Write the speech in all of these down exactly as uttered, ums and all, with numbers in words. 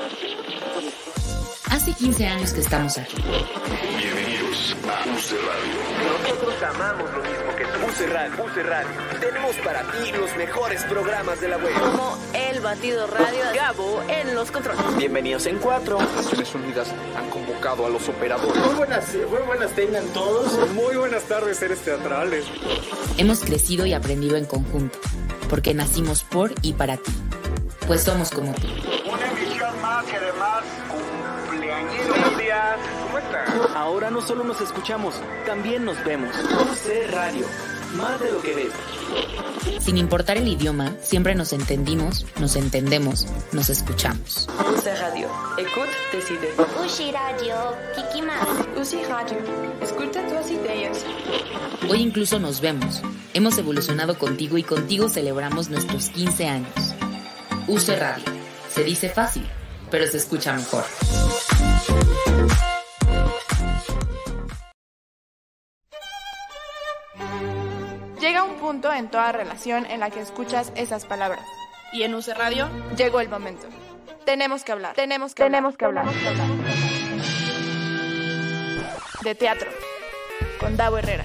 Hace quince años que estamos aquí. Bienvenidos a U C Radio. Nosotros amamos lo mismo que tú. U C Radio. U C Radio. Tenemos para ti los mejores programas de la web. Como El Batido Radio, Gabo en los controles. Bienvenidos en cuatro. Naciones Unidas han convocado a los operadores. Muy buenas, muy buenas tengan todos. Muy buenas tardes, seres teatrales. Hemos crecido y aprendido en conjunto, porque nacimos por y para ti. Pues somos como tú. Una emisión más y además cumpleañera. Buenos días. ¿Cómo están? Ahora no solo nos escuchamos, también nos vemos. U C Radio, más de lo que ves. Sin importar el idioma, siempre nos entendimos, nos entendemos, nos escuchamos. U C Radio, écoute, decide. U C I Radio, Kiki más. U C I Radio, escucha tus ideas. Hoy incluso nos vemos. Hemos evolucionado contigo y contigo celebramos nuestros quince años. U C Radio. Se dice fácil, pero se escucha mejor. Llega un punto en toda relación en la que escuchas esas palabras. Y en U C Radio, llegó el momento. Tenemos que hablar. Tenemos que Tenemos hablar. que hablar. De teatro. Con Davo Herrera.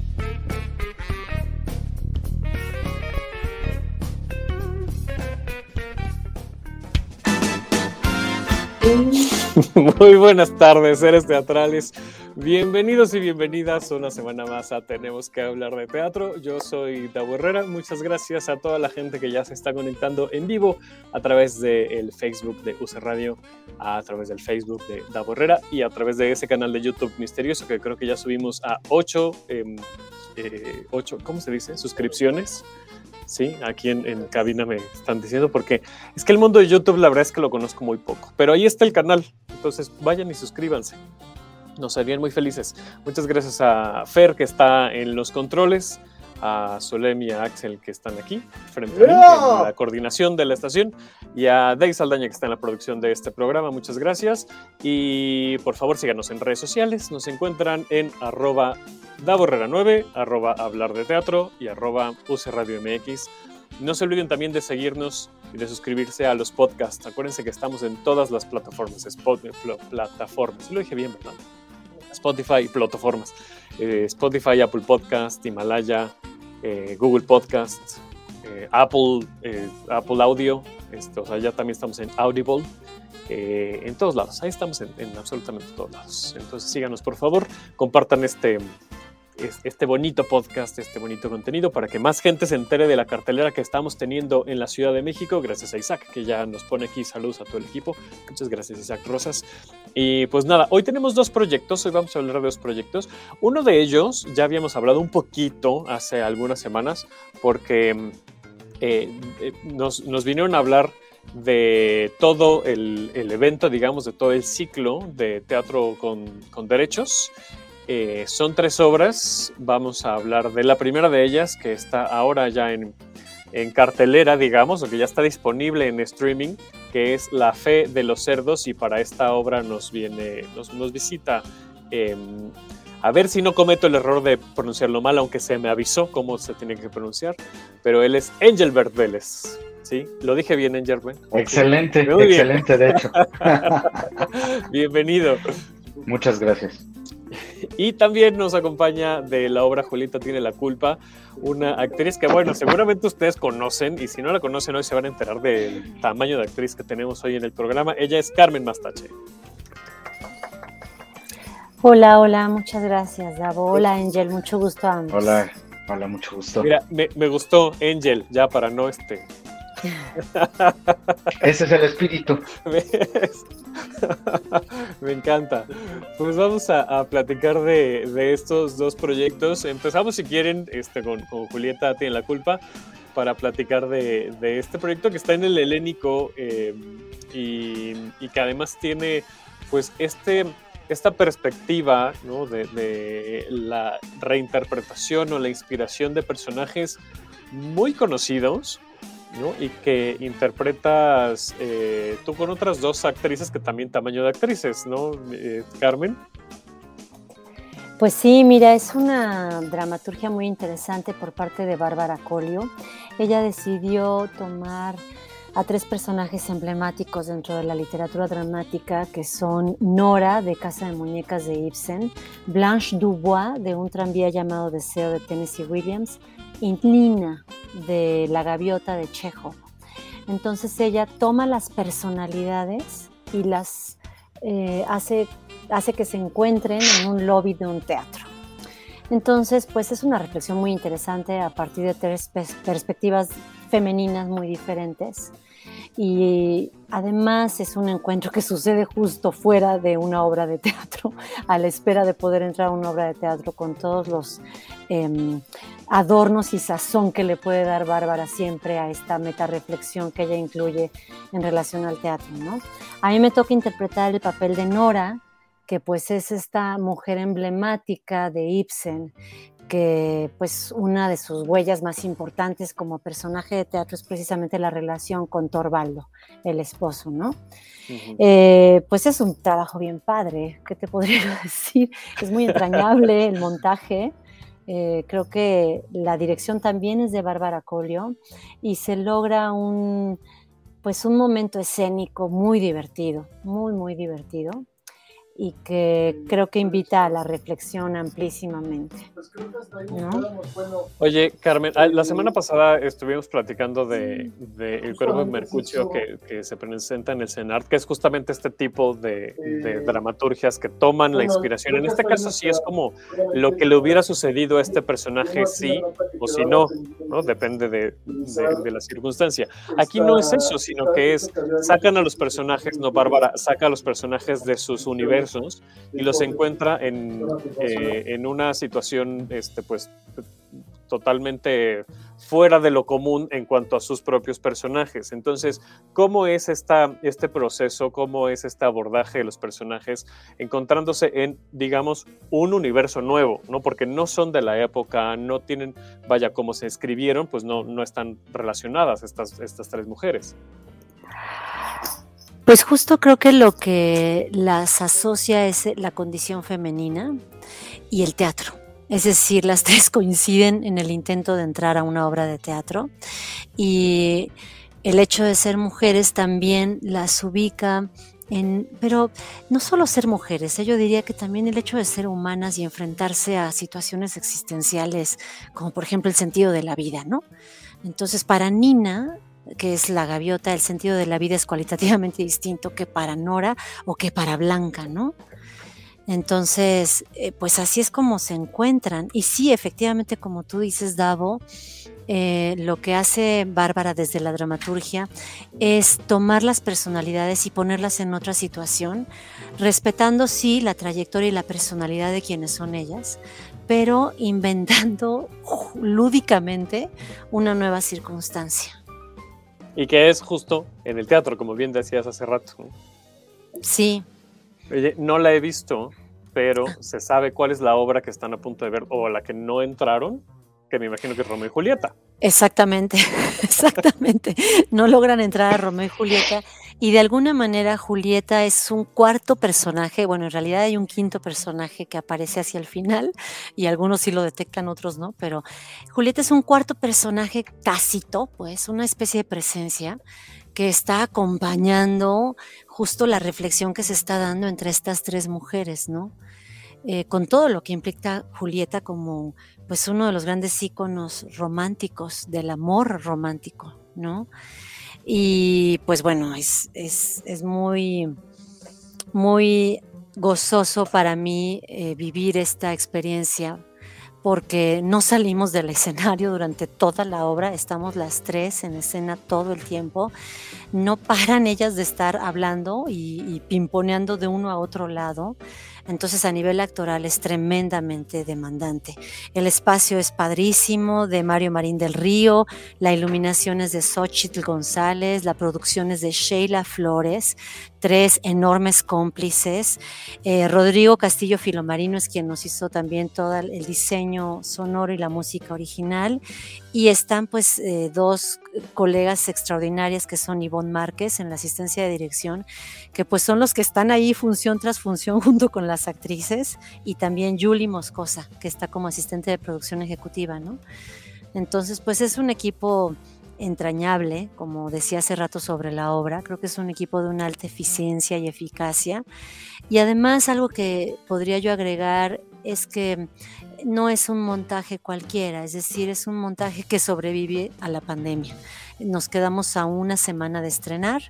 Muy buenas tardes, seres teatrales. Bienvenidos y bienvenidas una semana más a Tenemos que hablar de teatro. Yo soy Davo Herrera. Muchas gracias a toda la gente que ya se está conectando en vivo a través del Facebook de U C Radio, a través del Facebook de Davo Herrera y a través de ese canal de YouTube misterioso que creo que ya subimos a ocho, eh, eh, ocho, ¿cómo se dice? Suscripciones. Sí, aquí en, en cabina me están diciendo porque es que el mundo de YouTube la verdad es que lo conozco muy poco, pero ahí está el canal, entonces vayan y suscríbanse, nos harían muy felices. Muchas gracias a Fer que está en los controles, a Solem y a Axel que están aquí frente a mí en la coordinación de la estación y a Dey Saldaña que está en la producción de este programa. Muchas gracias y por favor síganos en redes sociales, nos encuentran en arroba Davo Herrera nueve, arroba hablar de teatro y arroba U C Radio M X. No se olviden también de seguirnos y de suscribirse a los podcasts. Acuérdense que estamos en todas las plataformas, Spotify, plataformas, lo dije bien, ¿verdad? Spotify y plataformas. Eh, Spotify, Apple Podcast, Himalaya, eh, Google Podcast, eh, Apple, eh, Apple Audio, esto, o sea, ya también estamos en Audible. Eh, en todos lados, ahí estamos en, en absolutamente todos lados. Entonces síganos por favor, compartan este, este bonito podcast, este bonito contenido para que más gente se entere de la cartelera que estamos teniendo en la Ciudad de México. Gracias a Isaac que ya nos pone aquí saludos a todo el equipo. Muchas gracias Isaac Rosas. Y pues nada, hoy tenemos dos proyectos, hoy vamos a hablar de dos proyectos. Uno de ellos ya habíamos hablado un poquito hace algunas semanas porque eh, eh, nos, nos vinieron a hablar de todo el, el evento, digamos, de todo el ciclo de teatro con, con derechos. Eh, son tres obras, vamos a hablar de la primera de ellas, que está ahora ya en, en cartelera, digamos, o que ya está disponible en streaming, que es La Fe de los Cerdos, y para esta obra nos viene, nos, nos visita, eh, a ver si no cometo el error de pronunciarlo mal, aunque se me avisó cómo se tiene que pronunciar, pero él es Engelbert Vélez. Sí, lo dije bien, Engelbert. Excelente, Muy excelente, bien. de hecho. Bienvenido. Muchas gracias. Y también nos acompaña de la obra Julieta tiene la culpa, una actriz que, bueno, seguramente ustedes conocen, y si no la conocen hoy se van a enterar del tamaño de actriz que tenemos hoy en el programa. Ella es Carmen Mastache. Hola, hola, muchas gracias, Davo. Hola, Angel, mucho gusto a ambos. Hola, hola, mucho gusto. Mira, me, me gustó Angel, ya para no este... Ese es el espíritu. Me encanta. Pues vamos a, a platicar de, de estos dos proyectos. Empezamos, si quieren, este, con, con Julieta tiene la culpa, para platicar de, de este proyecto que está en el Helénico eh, y, y que además tiene pues este, esta perspectiva, ¿no? de, de la reinterpretación o la inspiración de personajes muy conocidos, ¿no? Y que interpretas eh, tú con otras dos actrices que también tamaño de actrices, ¿no, eh, Carmen? Pues sí, mira, es una dramaturgia muy interesante por parte de Bárbara Collio. Ella decidió tomar a tres personajes emblemáticos dentro de la literatura dramática, que son Nora, de Casa de Muñecas de Ibsen, Blanche Dubois, de Un tranvía llamado Deseo de Tennessee Williams, y Nina, de La gaviota de Chekhov. Entonces ella toma las personalidades y las eh, hace, hace que se encuentren en un lobby de un teatro. Entonces, pues es una reflexión muy interesante a partir de tres pers- perspectivas femeninas muy diferentes, y además es un encuentro que sucede justo fuera de una obra de teatro, a la espera de poder entrar a una obra de teatro con todos los eh, adornos y sazón que le puede dar Bárbara siempre a esta metarreflexión que ella incluye en relación al teatro, ¿no? A mí me toca interpretar el papel de Nora, que pues es esta mujer emblemática de Ibsen, que pues una de sus huellas más importantes como personaje de teatro es precisamente la relación con Torvaldo, el esposo, ¿no? Uh-huh. Eh, pues es un trabajo bien padre, ¿qué te podría decir? Es muy entrañable el montaje. Eh, creo que la dirección también es de Bárbara Collio y se logra un, pues un momento escénico muy divertido, muy, muy divertido, y que creo que invita a la reflexión amplísimamente, ¿no? Oye, Carmen, la semana pasada estuvimos platicando de, de El cuervo de Mercucio que, que se presenta en el CENART, que es justamente este tipo de, de dramaturgias que toman la inspiración. En este caso sí es como lo que le hubiera sucedido a este personaje, sí o si no, ¿no? Depende de, de, de la circunstancia. Aquí no es eso, sino que es, sacan a los personajes, no, Bárbara, saca a los personajes de sus universos y los encuentra en, eh, en una situación este, pues, totalmente fuera de lo común en cuanto a sus propios personajes. Entonces, ¿cómo es esta, este proceso, cómo es este abordaje de los personajes encontrándose en, digamos, un universo nuevo, ¿no? Porque no son de la época, no tienen, vaya, como se escribieron, pues no, no están relacionadas estas, estas tres mujeres. Pues justo creo que lo que las asocia es la condición femenina y el teatro. Es decir, las tres coinciden en el intento de entrar a una obra de teatro, y el hecho de ser mujeres también las ubica en, pero no solo ser mujeres, ¿eh? Yo diría que también el hecho de ser humanas y enfrentarse a situaciones existenciales, como por ejemplo el sentido de la vida, ¿no? Entonces, para Nina, que es la gaviota, el sentido de la vida es cualitativamente distinto que para Nora o que para Blanca, ¿no? Entonces, eh, pues así es como se encuentran. Y sí, efectivamente, como tú dices, Davo, eh, lo que hace Bárbara desde la dramaturgia es tomar las personalidades y ponerlas en otra situación, respetando, sí, la trayectoria y la personalidad de quienes son ellas, pero inventando lúdicamente una nueva circunstancia. Y que es justo en el teatro, como bien decías hace rato. Sí. Oye, no la he visto, pero se sabe cuál es la obra que están a punto de ver o la que no entraron, que me imagino que es Romeo y Julieta. Exactamente, exactamente. No logran entrar a Romeo y Julieta, y de alguna manera Julieta es un cuarto personaje. Bueno, en realidad hay un quinto personaje que aparece hacia el final, y algunos sí lo detectan, otros no, pero Julieta es un cuarto personaje tácito, pues, una especie de presencia que está acompañando justo la reflexión que se está dando entre estas tres mujeres, ¿no? Eh, con todo lo que implica Julieta como pues uno de los grandes íconos románticos del amor romántico, ¿no? Y pues bueno, es, es, es muy, muy gozoso para mí eh, vivir esta experiencia, porque no salimos del escenario durante toda la obra, estamos las tres en escena todo el tiempo, no paran ellas de estar hablando y, y pimponeando de uno a otro lado. Entonces, a nivel actoral es tremendamente demandante. El espacio es padrísimo, de Mario Marín del Río, la iluminación es de Xochitl González, la producción es de Sheila Flores, tres enormes cómplices. Eh, Rodrigo Castillo Filomarino es quien nos hizo también todo el diseño sonoro y la música original. Y están pues eh, dos colegas extraordinarias que son Ivonne Márquez en la asistencia de dirección, que pues son los que están ahí función tras función junto con las actrices, y también Julie Moscosa, que está como asistente de producción ejecutiva, ¿no? Entonces pues es un equipo entrañable, como decía hace rato sobre la obra. Creo que es un equipo de una alta eficiencia y eficacia. Y además algo que podría yo agregar es que no es un montaje cualquiera, es decir, es un montaje que sobrevive a la pandemia. Nos quedamos a una semana de estrenar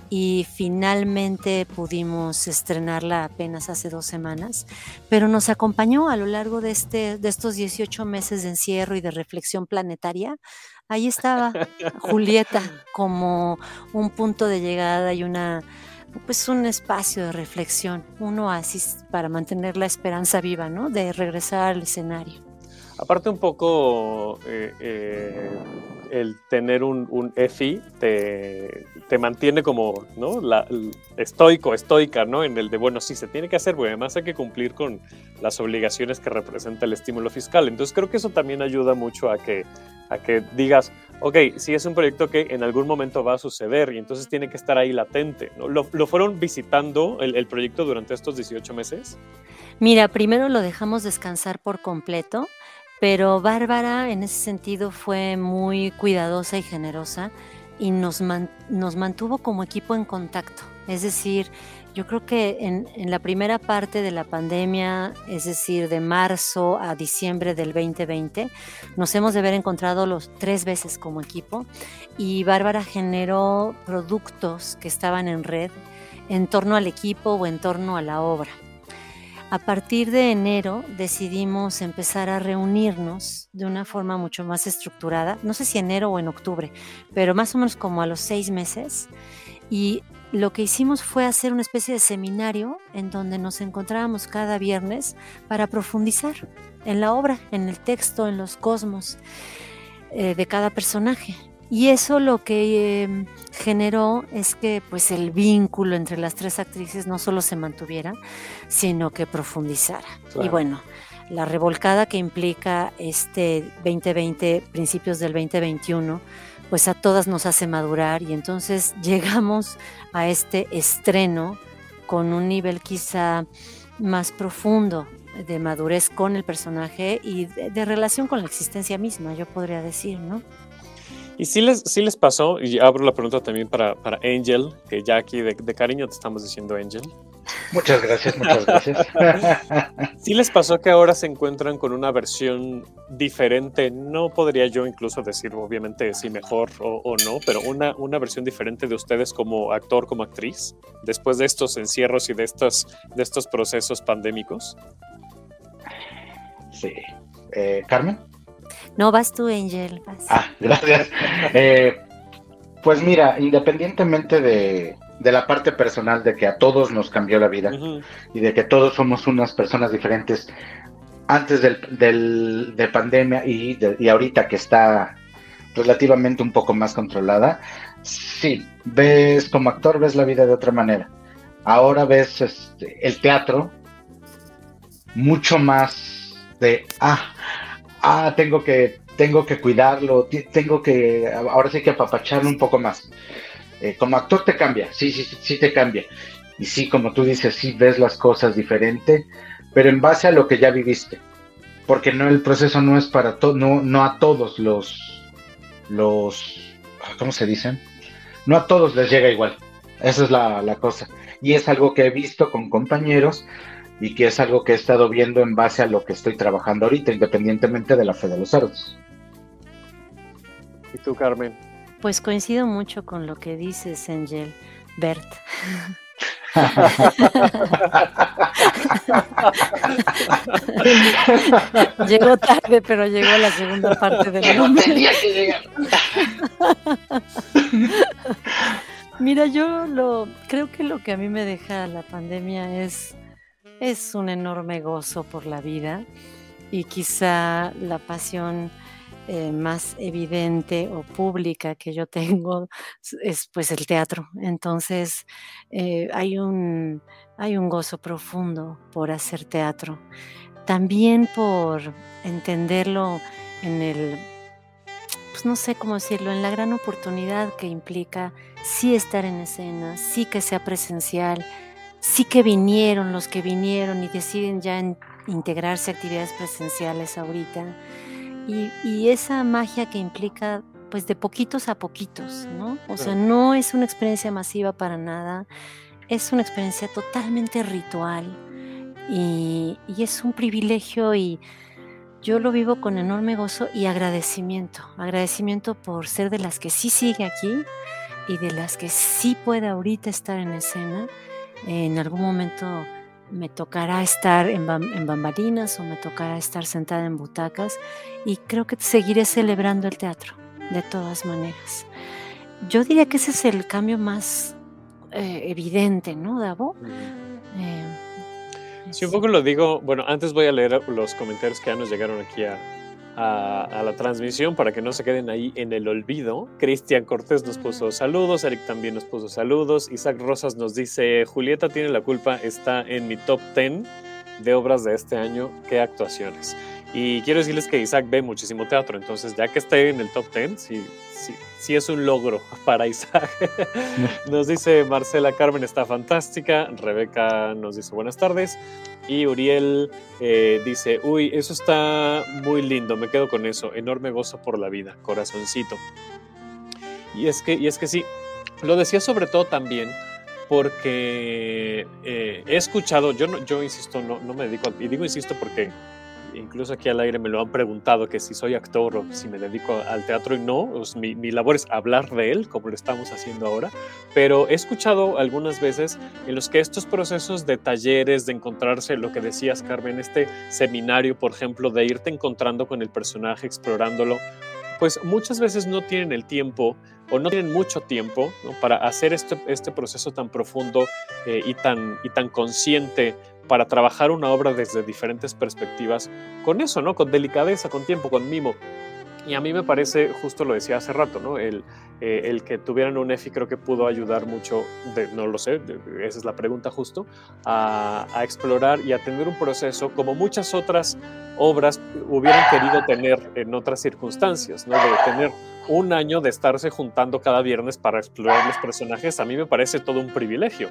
y finalmente pudimos estrenarla apenas hace dos semanas, pero nos acompañó a lo largo de, este, de estos dieciocho meses de encierro y de reflexión planetaria. Ahí estaba Julieta como un punto de llegada y una, pues un espacio de reflexión, un oasis para mantener la esperanza viva, ¿no? De regresar al escenario. Aparte un poco eh, eh, el tener un, un EFI te, te mantiene como, ¿no? La, el estoico, estoica, ¿no? En el de, bueno, sí, se tiene que hacer, porque además hay que cumplir con las obligaciones que representa el estímulo fiscal. Entonces creo que eso también ayuda mucho a que, a que digas, ok, sí es un proyecto que en algún momento va a suceder y entonces tiene que estar ahí latente, ¿no? ¿Lo, lo fueron visitando el, el proyecto durante estos dieciocho meses? Mira, primero lo dejamos descansar por completo, pero Bárbara en ese sentido fue muy cuidadosa y generosa y nos, man, nos mantuvo como equipo en contacto. Es decir, yo creo que en, en la primera parte de la pandemia, es decir, de marzo a diciembre del veinte veinte, nos hemos de haber encontrado los tres veces como equipo y Bárbara generó productos que estaban en red en torno al equipo o en torno a la obra. A partir de enero decidimos empezar a reunirnos de una forma mucho más estructurada, no sé si enero o en octubre, pero más o menos como a los seis meses. Y lo que hicimos fue hacer una especie de seminario en donde nos encontrábamos cada viernes para profundizar en la obra, en el texto, en los cosmos eh, de cada personaje. Y eso lo que eh, generó es que pues, el vínculo entre las tres actrices no solo se mantuviera, sino que profundizara. Claro. Y bueno, la revolcada que implica este veinte veinte, principios del veinte veintiuno, pues a todas nos hace madurar y entonces llegamos a este estreno con un nivel quizá más profundo de madurez con el personaje y de, de relación con la existencia misma, yo podría decir, ¿no? Y sí les, sí les pasó, y abro la pregunta también para, para Angel, que ya aquí de, de cariño te estamos diciendo Angel. Muchas gracias, muchas gracias. ¿Sí les pasó que ahora se encuentran con una versión diferente? No podría yo incluso decir, obviamente, si mejor o, o no, pero una, una versión diferente de ustedes como actor, como actriz, después de estos encierros y de estos, de estos procesos pandémicos. Sí. Eh, ¿Carmen? No, vas tú, Angel. Vas. Ah, gracias. Eh, pues mira, independientemente de, de la parte personal de que a todos nos cambió la vida uh-huh. y de que todos somos unas personas diferentes antes del, del, de pandemia y, de, y ahorita que está relativamente un poco más controlada, sí, ves como actor, ves la vida de otra manera. Ahora ves este, el teatro mucho más de, ah, ah, tengo que, tengo que cuidarlo, t- tengo que, ahora sí que apapacharlo un poco más. Eh, como actor te cambia, sí, sí, sí te cambia. Y sí, como tú dices, sí ves las cosas diferente, pero en base a lo que ya viviste. Porque no, el proceso no es para todos, no, no a todos los, los, ¿cómo se dicen? No a todos les llega igual. Esa es la, la cosa. Y es algo que he visto con compañeros, y que es algo que he estado viendo en base a lo que estoy trabajando ahorita, independientemente de la Fe de los Cerdos. ¿Y tú, Carmen? Pues coincido mucho con lo que dices, Angel. Bert. Llegó tarde, pero llegó la segunda parte del nombre. Tenía que llegar. Mira, yo lo creo que lo que a mí me deja la pandemia es Es un enorme gozo por la vida y quizá la pasión eh, más evidente o pública que yo tengo es pues el teatro. Entonces eh, hay un, hay un gozo profundo por hacer teatro. También por entenderlo en el, pues no sé cómo decirlo, en la gran oportunidad que implica sí estar en escena, sí que sea presencial, sí que vinieron los que vinieron y deciden ya en, integrarse a actividades presenciales ahorita. Y, y esa magia que implica pues de poquitos a poquitos, ¿no? O sea, no es una experiencia masiva para nada, es una experiencia totalmente ritual y, y es un privilegio y yo lo vivo con enorme gozo y agradecimiento, agradecimiento por ser de las que sí sigue aquí y de las que sí puede ahorita estar en escena. En algún momento me tocará estar en, bam- en bambalinas o me tocará estar sentada en butacas y creo que seguiré celebrando el teatro de todas maneras. Yo diría que ese es el cambio más eh, evidente, ¿no, Davo? Eh, Sí, un poco lo digo, bueno, antes voy a leer los comentarios que ya nos llegaron aquí a, a, a la transmisión para que no se queden ahí en el olvido. Cristian Cortés nos puso saludos, Eric también nos puso saludos, Isaac Rosas nos dice, Julieta tiene la culpa, está en mi top diez de obras de este año, qué actuaciones. Y quiero decirles que Isaac ve muchísimo teatro, entonces ya que esté en el top diez, sí, sí, sí es un logro para Isaac. Nos dice Marcela Carmen está fantástica, Rebeca nos dice buenas tardes y Uriel eh, dice, uy, eso está muy lindo, me quedo con eso, enorme gozo por la vida, corazoncito. Y es que, y es que sí, lo decía sobre todo también porque eh, he escuchado, yo, no, yo insisto, no, no me dedico, a, y digo insisto porque incluso aquí al aire me lo han preguntado que si soy actor o si me dedico al teatro y no, pues mi, mi labor es hablar de él como lo estamos haciendo ahora, pero he escuchado algunas veces en los que estos procesos de talleres, de encontrarse, lo que decías Carmen, este seminario por ejemplo, de irte encontrando con el personaje, explorándolo, pues muchas veces no tienen el tiempo o no tienen mucho tiempo, ¿no?, para hacer este, este proceso tan profundo eh, y, tan, y tan consciente para trabajar una obra desde diferentes perspectivas, con eso, ¿no? Con delicadeza, con tiempo, con mimo. Y a mí me parece, justo lo decía hace rato, ¿no? El, eh, el que tuvieran un E F I creo que pudo ayudar mucho, de, no lo sé, de, esa es la pregunta justo, a, a explorar y a tener un proceso como muchas otras obras hubieran querido tener en otras circunstancias, ¿no? De tener un año de estarse juntando cada viernes para explorar los personajes, a mí me parece todo un privilegio.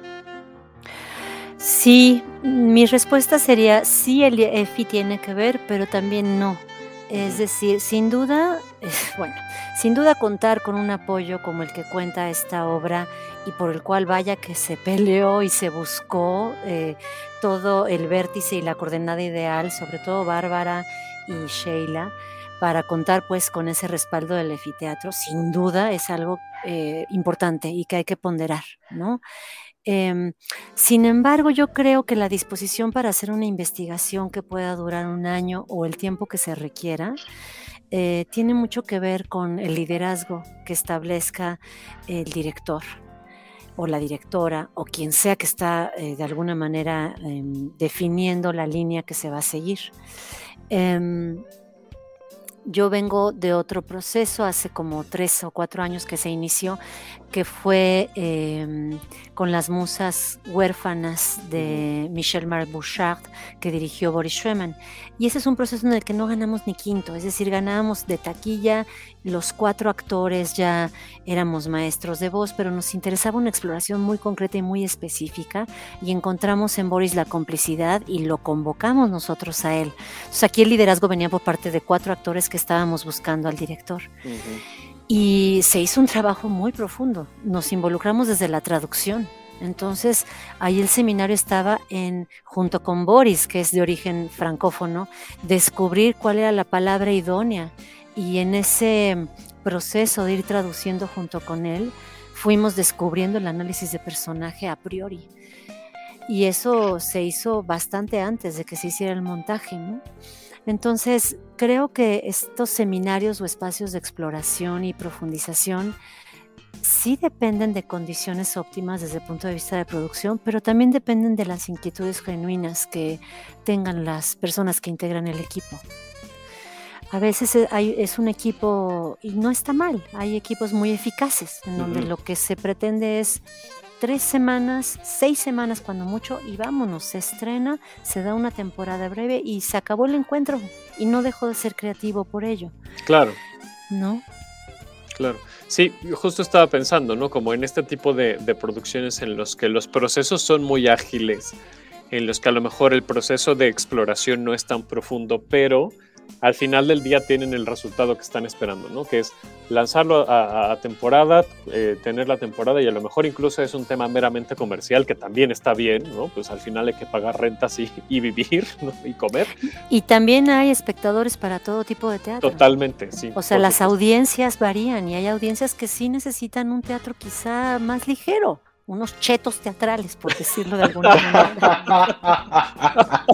Sí, mi respuesta sería sí, el E F I tiene que ver, pero también no. Es decir, sin duda, bueno, sin duda contar con un apoyo como el que cuenta esta obra y por el cual vaya que se peleó y se buscó eh, todo el vértice y la coordenada ideal, sobre todo Bárbara y Sheila, para contar pues con ese respaldo del Efiteatro, sin duda es algo eh, importante y que hay que ponderar, ¿no? Eh, sin embargo, yo creo que la disposición para hacer una investigación que pueda durar un año o el tiempo que se requiera eh, tiene mucho que ver con el liderazgo que establezca el director o la directora o quien sea que está eh, de alguna manera eh, definiendo la línea que se va a seguir. Eh, Yo vengo de otro proceso, hace como tres o cuatro años que se inició, que fue eh, con las musas huérfanas de Michel Marc-Bouchard, que dirigió Boris Schweman. Y ese es un proceso en el que no ganamos ni quinto, es decir, ganábamos de taquilla, los cuatro actores ya éramos maestros de voz, pero nos interesaba una exploración muy concreta y muy específica, y encontramos en Boris la complicidad y lo convocamos nosotros a él. Entonces aquí el liderazgo venía por parte de cuatro actores que estábamos buscando al director. Uh-huh. Y se hizo un trabajo muy profundo, nos involucramos desde la traducción. Entonces ahí el seminario estaba en, junto con Boris, que es de origen francófono, descubrir cuál era la palabra idónea, y en ese proceso de ir traduciendo junto con él fuimos descubriendo el análisis de personaje a priori, y eso se hizo bastante antes de que se hiciera el montaje, ¿no? Entonces creo que estos seminarios o espacios de exploración y profundización sí dependen de condiciones óptimas desde el punto de vista de producción, pero también dependen de las inquietudes genuinas que tengan las personas que integran el equipo. A veces hay, es un equipo, y no está mal, hay equipos muy eficaces, en donde uh-huh. lo que se pretende es tres semanas, seis semanas cuando mucho, y vámonos, se estrena, se da una temporada breve y se acabó el encuentro, y no dejó de ser creativo por ello. Claro. ¿No? Claro. Sí, justo estaba pensando, ¿no? Como en este tipo de, de producciones en los que los procesos son muy ágiles, en los que a lo mejor el proceso de exploración no es tan profundo, pero al final del día tienen el resultado que están esperando, ¿no? Que es lanzarlo a, a temporada, eh, tener la temporada, y a lo mejor incluso es un tema meramente comercial, que también está bien, ¿no? Pues al final hay que pagar rentas y, y vivir, ¿no? Y comer. Y también hay espectadores para todo tipo de teatro. Totalmente, sí. O sea, las supuesto. audiencias varían, y hay audiencias que sí necesitan un teatro quizá más ligero, unos chetos teatrales, por decirlo de alguna manera.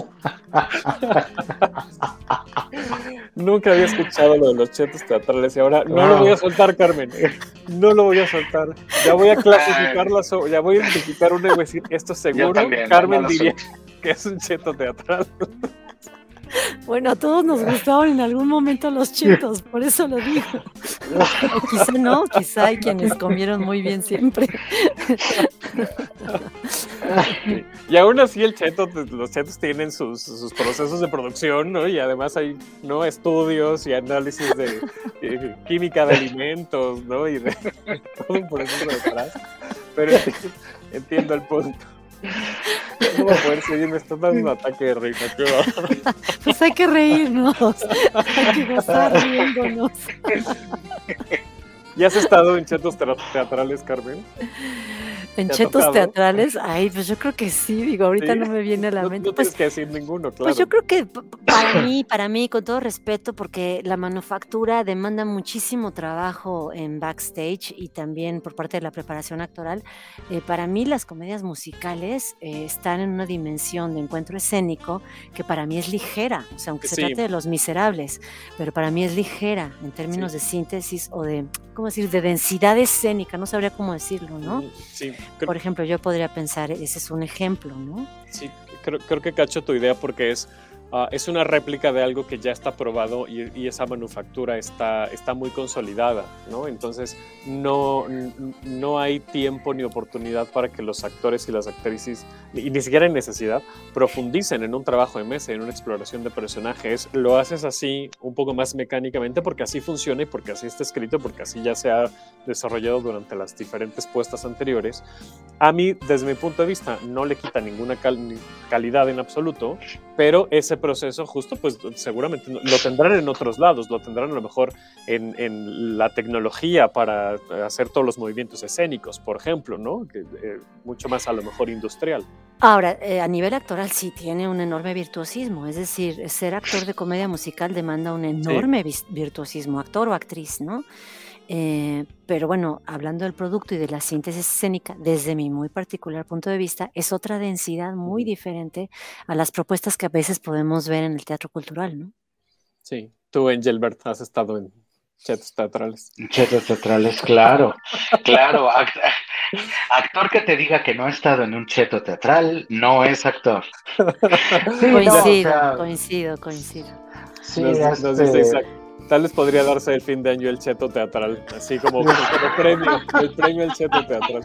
Nunca había escuchado lo de los chetos teatrales y ahora no lo voy a soltar, Carmen. No lo voy a soltar. Ya voy a clasificarla, ya voy a identificar una y voy a decir, esto seguro, también, Carmen no diría que es un cheto teatral. Bueno, a todos nos gustaban en algún momento los chetos, por eso lo digo. O quizá no, quizá hay quienes comieron muy bien siempre. Y aún así el cheto, los chetos tienen sus, sus procesos de producción, ¿no? Y además hay, ¿no? estudios y análisis de, de química de alimentos, ¿no? Y de todo un proceso detrás. Pero entiendo, entiendo el punto. No voy a poder seguir, me está dando un ataque de risa. Pues hay que reírnos, hay que gozar riéndonos. ¿Ya has estado en chetos teatrales, Carmen? ¿En chetos teatrales? Ay, pues yo creo que sí, digo, ahorita ¿sí? no me viene a la mente. No, no pues, tienes que decir ninguno, claro. Pues yo creo que para mí, para mí, con todo respeto, porque la manufactura demanda muchísimo trabajo en backstage y también por parte de la preparación actoral, eh, para mí las comedias musicales eh, están en una dimensión de encuentro escénico que para mí es ligera, o sea, aunque se sí. trate de Los Miserables, pero para mí es ligera en términos sí. de síntesis o de, ¿cómo decir?, de densidad escénica, no sabría cómo decirlo, ¿no? Sí. Por ejemplo, yo podría pensar, ese es un ejemplo, ¿no? Sí, creo, creo que cacho tu idea porque es, uh, es una réplica de algo que ya está probado y, y esa manufactura está, está muy consolidada, ¿no? Entonces no, no hay tiempo ni oportunidad para que los actores y las actrices, y ni siquiera hay necesidad, profundicen en un trabajo de mesa, en una exploración de personajes. Lo haces así un poco más mecánicamente porque así funciona y porque así está escrito, porque así ya se ha desarrollado durante las diferentes puestas anteriores. A mí, desde mi punto de vista, no le quita ninguna cal- calidad en absoluto, pero ese proceso justo, pues seguramente lo tendrán en otros lados, lo tendrán a lo mejor en, en la tecnología para hacer todos los movimientos escénicos, por ejemplo, ¿no? Que, eh, mucho más a lo mejor industrial. Ahora, eh, a nivel actoral sí tiene un enorme virtuosismo, es decir, ser actor de comedia musical demanda un enorme sí. virtuosismo, actor o actriz, ¿no? Eh, pero bueno, hablando del producto y de la síntesis escénica, desde mi muy particular punto de vista, es otra densidad muy diferente a las propuestas que a veces podemos ver en el teatro cultural, ¿no? Sí, tú, Engelbert, has estado en chetos teatrales. Chetos teatrales, claro, claro. Act- actor que te diga que no ha estado en un cheto teatral no es actor. Sí, coincido, no, o sea, coincido, coincido. Sí, nos, este... nos dice Isaac. Tal vez podría darse el fin de año el cheto teatral, así como, como, como premio, el premio al cheto teatral.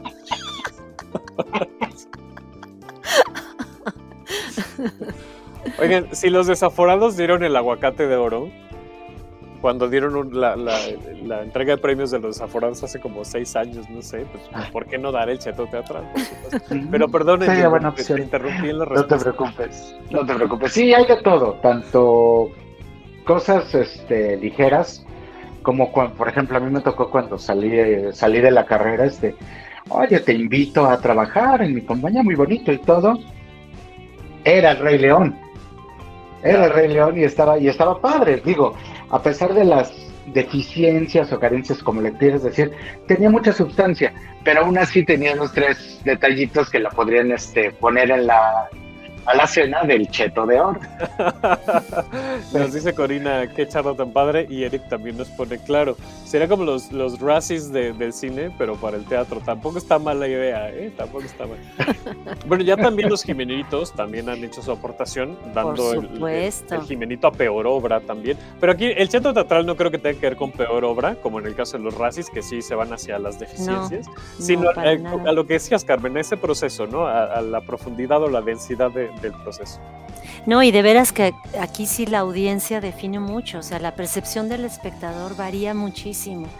Oigan, si los Desaforados dieron el aguacate de oro, cuando dieron un, la, la, la entrega de premios de los Desaforados hace como seis años, no sé, pues ¿por qué no dar el cheto teatral? Por supuesto. Pero perdonen, sí, yo, bueno, te interrumpí en la No respuesta. te preocupes, no te preocupes. Sí, hay de todo, tanto cosas este, ligeras, como cuando, por ejemplo, a mí me tocó cuando salí, salí de la carrera, este, oye, te invito a trabajar en mi compañía, muy bonito y todo. Era el Rey León, era el Rey León y estaba, y estaba padre, digo, a pesar de las deficiencias o carencias, como le quieres decir, tenía mucha sustancia, pero aún así tenía unos tres detallitos que la podrían este, poner en la... a la cena del cheto de oro. Nos dice Corina, qué charla tan padre, y Eric también nos pone, claro, sería como los, los Razzies de, del cine, pero para el teatro. Tampoco está mal la idea, ¿eh? Tampoco está mal. Bueno, ya también los Jimenitos también han hecho su aportación, dando el, el, el Jimenito a peor obra también. Pero aquí el cheto teatral no creo que tenga que ver con peor obra, como en el caso de los Razzies, que sí se van hacia las deficiencias, no, sino no, a, a lo que decías, Carmen, ese proceso, ¿no? A, a la profundidad o la densidad de del proceso. No, y de veras que aquí sí la audiencia define mucho, o sea, la percepción del espectador varía muchísimo.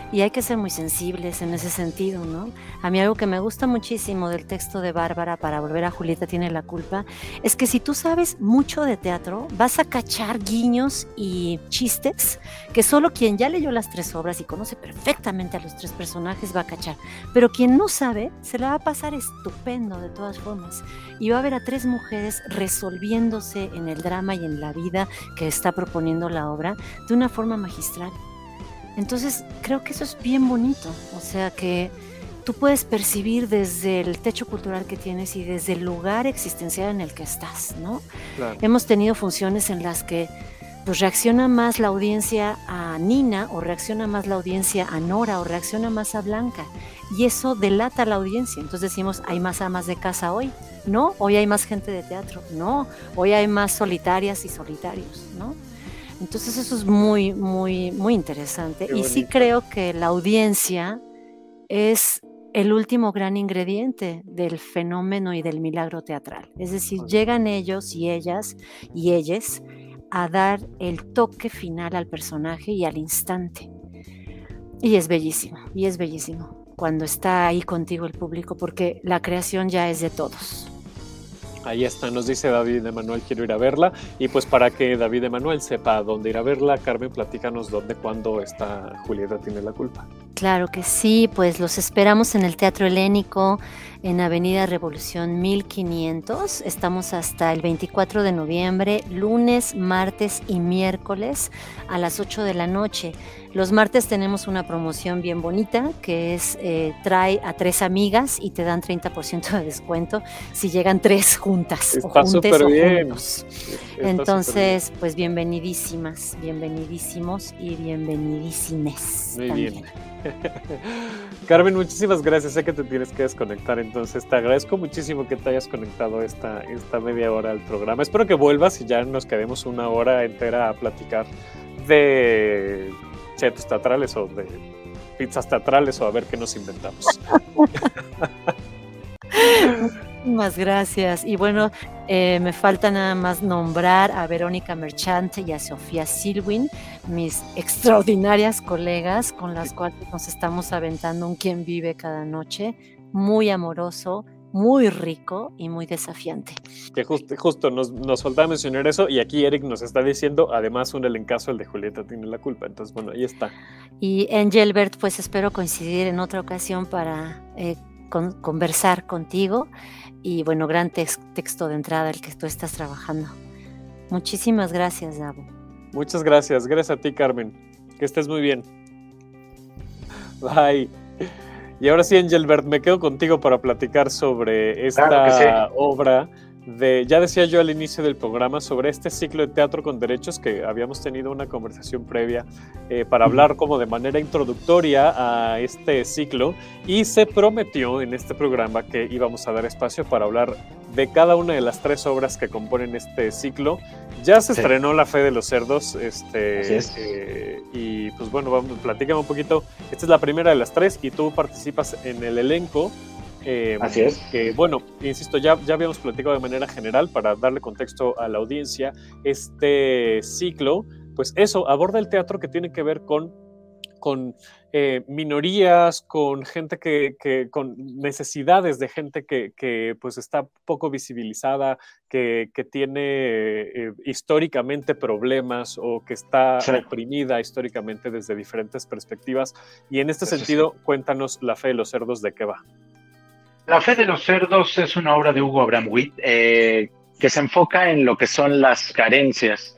y hay que ser muy sensibles en ese sentido, ¿no? A mí algo que me gusta muchísimo del texto de Bárbara, para volver a Julieta tiene la culpa, es que si tú sabes mucho de teatro, vas a cachar guiños y chistes que solo quien ya leyó las tres obras y conoce perfectamente a los tres personajes va a cachar, pero quien no sabe, se la va a pasar estupendo de todas formas, y va a ver a tres mujeres resolviéndose en el drama y en la vida que está proponiendo la obra de una forma magistral. Entonces, creo que eso es bien bonito, o sea que tú puedes percibir desde el techo cultural que tienes y desde el lugar existencial en el que estás, ¿no? Claro. Hemos tenido funciones en las que pues reacciona más la audiencia a Nina, o reacciona más la audiencia a Nora, o reacciona más a Blanca, y eso delata a la audiencia. Entonces decimos, hay más amas de casa hoy, ¿no? Hoy hay más gente de teatro, no, hoy hay más solitarias y solitarios, ¿no? Entonces eso es muy, muy, muy interesante. Y sí creo que la audiencia es el último gran ingrediente del fenómeno y del milagro teatral. Es decir, llegan ellos y ellas y ellas a dar el toque final al personaje y al instante. Y es bellísimo, y es bellísimo cuando está ahí contigo el público, porque la creación ya es de todos. Ahí está, nos dice David Emanuel, quiero ir a verla. Y pues para que David Emanuel sepa dónde ir a verla, Carmen, platícanos dónde, cuándo está Julieta tiene la culpa. Claro que sí, pues los esperamos en el Teatro Helénico, en Avenida Revolución mil quinientos. Estamos hasta el veinticuatro de noviembre, lunes, martes y miércoles a las ocho de la noche. Los martes tenemos una promoción bien bonita, que es eh, trae a tres amigas y te dan treinta por ciento de descuento si llegan tres juntas. Está súper bien. Entonces, pues bienvenidísimas, bienvenidísimos y bienvenidísimes. Muy también. bien. Carmen, muchísimas gracias. Sé que te tienes que desconectar, entonces te agradezco muchísimo que te hayas conectado esta, esta media hora al programa. Espero que vuelvas y ya nos quedemos una hora entera a platicar de chetos teatrales o de pizzas teatrales o a ver qué nos inventamos. Muchísimas gracias. Y bueno, eh, me falta nada más nombrar a Verónica Merchant y a Sofía Silwin, mis extraordinarias colegas con las cuales nos estamos aventando un Quién Vive cada noche, muy amoroso, muy rico y muy desafiante. Que justo, justo nos, nos faltaba mencionar eso, y aquí Eric nos está diciendo, además un elencazo, el de Julieta tiene la culpa. Entonces, bueno, ahí está. Y Engelbert, pues espero coincidir en otra ocasión para eh, con, conversar contigo. Y bueno, gran tex- texto de entrada el que tú estás trabajando. Muchísimas gracias, Davo. Muchas gracias. Gracias a ti, Carmen. Que estés muy bien. Bye. Y ahora sí, Engelbert, me quedo contigo para platicar sobre esta claro que sí. obra de, ya decía yo al inicio del programa, sobre este ciclo de teatro con derechos, que habíamos tenido una conversación previa eh, para hablar como de manera introductoria a este ciclo, y se prometió en este programa que íbamos a dar espacio para hablar de cada una de las tres obras que componen este ciclo. Ya se sí. estrenó La Fe de los Cerdos, este, es. eh, y pues bueno, vamos, platícame un poquito. Esta es la primera de las tres y tú participas en el elenco. Eh, Así es. Que bueno, insisto, ya, ya habíamos platicado de manera general para darle contexto a la audiencia. Este ciclo, pues eso, aborda el teatro que tiene que ver con, con eh, minorías, con gente que, que, con necesidades de gente que, que pues está poco visibilizada, que, que tiene eh, históricamente problemas o que está sí. oprimida históricamente desde diferentes perspectivas. Y en este Eso sentido, sí. cuéntanos La Fe de los Cerdos, ¿de qué va? La Fe de los Cerdos es una obra de Hugo Abramowitz eh, que se enfoca en lo que son las carencias